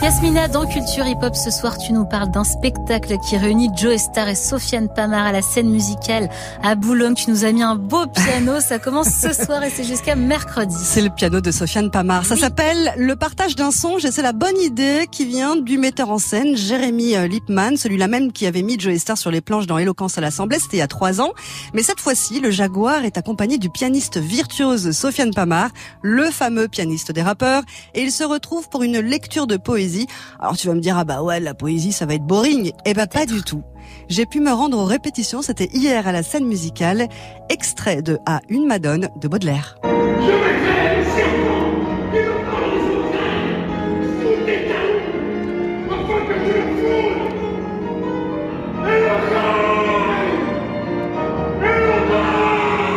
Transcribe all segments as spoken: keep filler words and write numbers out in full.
Yasmina, dans Culture Hip Hop, ce soir, tu nous parles d'un spectacle qui réunit Joey Starr et Sofiane Pamart à la scène musicale à Boulogne. Tu nous as mis un beau piano. Ça commence ce soir et c'est jusqu'à mercredi. C'est le piano de Sofiane Pamart. Ça oui. s'appelle Le partage d'un songe et c'est la bonne idée qui vient du metteur en scène Jérémy Lipman, celui-là même qui avait mis Joey Starr sur les planches dans Éloquence à l'Assemblée. C'était il y a trois ans. Mais cette fois-ci, le Jaguar est accompagné du pianiste virtuose Sofiane Pamart, le fameux pianiste des rappeurs, et il se retrouve pour une lecture de poésie. Alors tu vas me dire, ah bah ouais, la poésie ça va être boring. Eh bah pas du tout. J'ai pu me rendre aux répétitions, c'était hier à la scène musicale, extrait de À une Madone de Baudelaire. Je m'appelle serpent, et dans les autres, sous tes talons, afin que tu le foules. Et le rail, et le rail.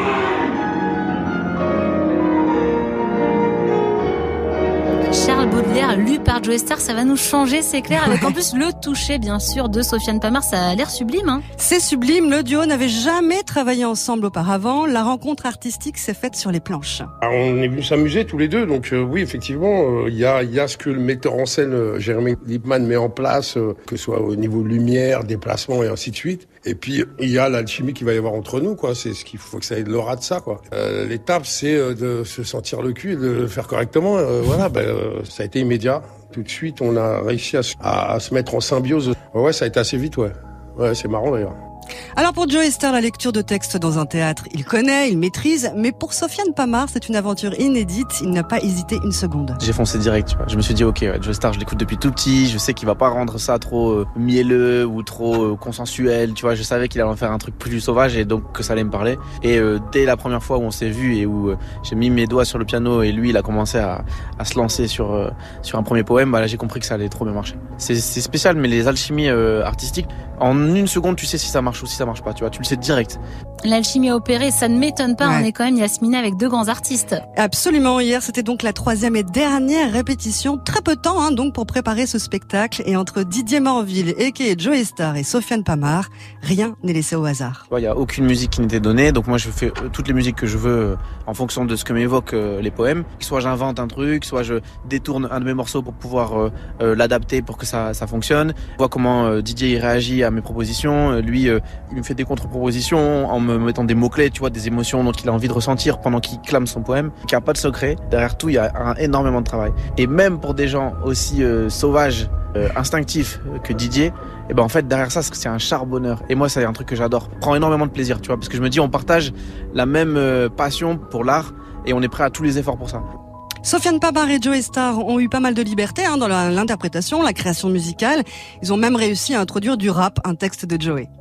Charles Baudelaire, lu par Joey Starr, ça va nous changer, c'est clair, avec en plus le toucher, bien sûr, de Sofiane Pamart, ça a l'air sublime. Hein. C'est sublime, le duo n'avait jamais travaillé ensemble auparavant, la rencontre artistique s'est faite sur les planches. Alors, on est venus s'amuser tous les deux, donc euh, oui, effectivement, il euh, y, a, y a ce que le metteur en scène, euh, Jérémy Lipman, met en place, euh, que ce soit au niveau lumière, déplacement et ainsi de suite. Et puis, il y a l'alchimie qu'il va y avoir entre nous, quoi. C'est ce qu'il faut que ça ait de l'aura de ça, quoi. Euh, l'étape, c'est euh, de se sentir le cul et de le faire correctement. Euh, voilà, ben, euh, ça a été immédiat. Tout de suite, on a réussi à, à, à se mettre en symbiose. Ouais, ça a été assez vite, ouais. Ouais, c'est marrant d'ailleurs. Alors pour Joey Starr, la lecture de texte dans un théâtre, il connaît, il maîtrise, mais pour Sofiane Pamart, c'est une aventure inédite, il n'a pas hésité une seconde. J'ai foncé direct, tu vois. Je me suis dit, ok, ouais, Joey Starr, je l'écoute depuis tout petit, je sais qu'il va pas rendre ça trop euh, mielleux ou trop euh, consensuel, tu vois. Je savais qu'il allait en faire un truc plus sauvage et donc que ça allait me parler. Et euh, dès la première fois où on s'est vu et où euh, j'ai mis mes doigts sur le piano et lui, il a commencé à, à se lancer sur euh, sur un premier poème, bah là j'ai compris que ça allait trop bien marcher. C'est, c'est spécial, mais les alchimies euh, artistiques, en une seconde, tu sais si ça marche ou si ça marche pas, tu vois, tu le sais direct. L'alchimie a opéré, ça ne m'étonne pas, ouais. On est quand même Yasmina avec deux grands artistes. Absolument, hier c'était donc la troisième et dernière répétition, très peu de temps hein, donc pour préparer ce spectacle, et entre Didier Morville, aka Joey Starr et Sofiane Pamart, rien n'est laissé au hasard. Il n'y a aucune musique qui n'était donnée, donc moi je fais toutes les musiques que je veux en fonction de ce que m'évoquent les poèmes. Soit j'invente un truc, soit je détourne un de mes morceaux pour pouvoir euh, euh, l'adapter pour que ça, ça fonctionne. Je vois comment euh, Didier il réagit à mes propositions, lui euh, il me fait des contre-propositions en me mettant des mots-clés, tu vois, des émotions dont il a envie de ressentir pendant qu'il clame son poème. Il n'y a pas de secret. Derrière tout, il y a un, énormément de travail. Et même pour des gens aussi euh, sauvages, euh, instinctifs que Didier, et ben en fait derrière ça c'est un charbonneur. Et moi c'est un truc que j'adore. Je prends énormément de plaisir, tu vois, parce que je me dis on partage la même euh, passion pour l'art et on est prêt à tous les efforts pour ça. Sofiane Pamart et Joey Starr ont eu pas mal de liberté hein, dans la, l'interprétation, la création musicale. Ils ont même réussi à introduire du rap, un texte de Joey.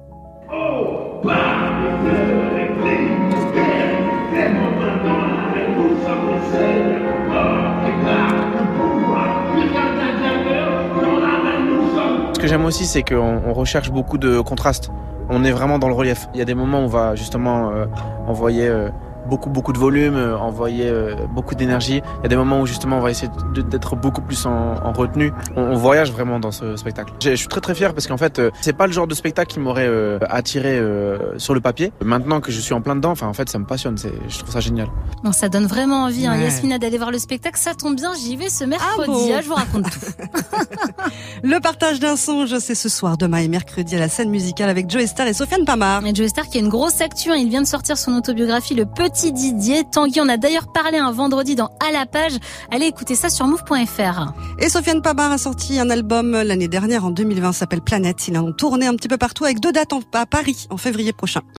Oh, bah Ce que j'aime aussi, c'est qu'on on recherche beaucoup de contrastes. On est vraiment dans le relief. Il y a des moments où on va justement euh, envoyer euh, beaucoup beaucoup de volume, euh, envoyer euh, beaucoup d'énergie. Il y a des moments où justement on va essayer de, d'être beaucoup plus en, en retenue. On, on voyage vraiment dans ce spectacle. Je, je suis très très fier parce qu'en fait euh, c'est pas le genre de spectacle qui m'aurait euh, attiré euh, sur le papier. Maintenant que je suis en plein dedans, enfin en fait ça me passionne. C'est, je trouve ça génial. Bon, ça donne vraiment envie, hein, ouais. Yasmina, d'aller voir le spectacle. Ça tombe bien, j'y vais ce mercredi. Ah bon ah, je vous raconte tout. Le partage d'un songe, c'est ce soir, demain et mercredi à la scène musicale avec Joey Starr et Sofiane Pamart. Et Joey Starr qui a une grosse actu, hein, il vient de sortir son autobiographie Le Petit Didier. Tanguy, on a d'ailleurs parlé un vendredi dans À la page. Allez écouter ça sur move point f r. Et Sofiane Pamart a sorti un album l'année dernière, en deux mille vingt, s'appelle Planète. Il en tourné un petit peu partout avec deux dates en, à Paris en février prochain.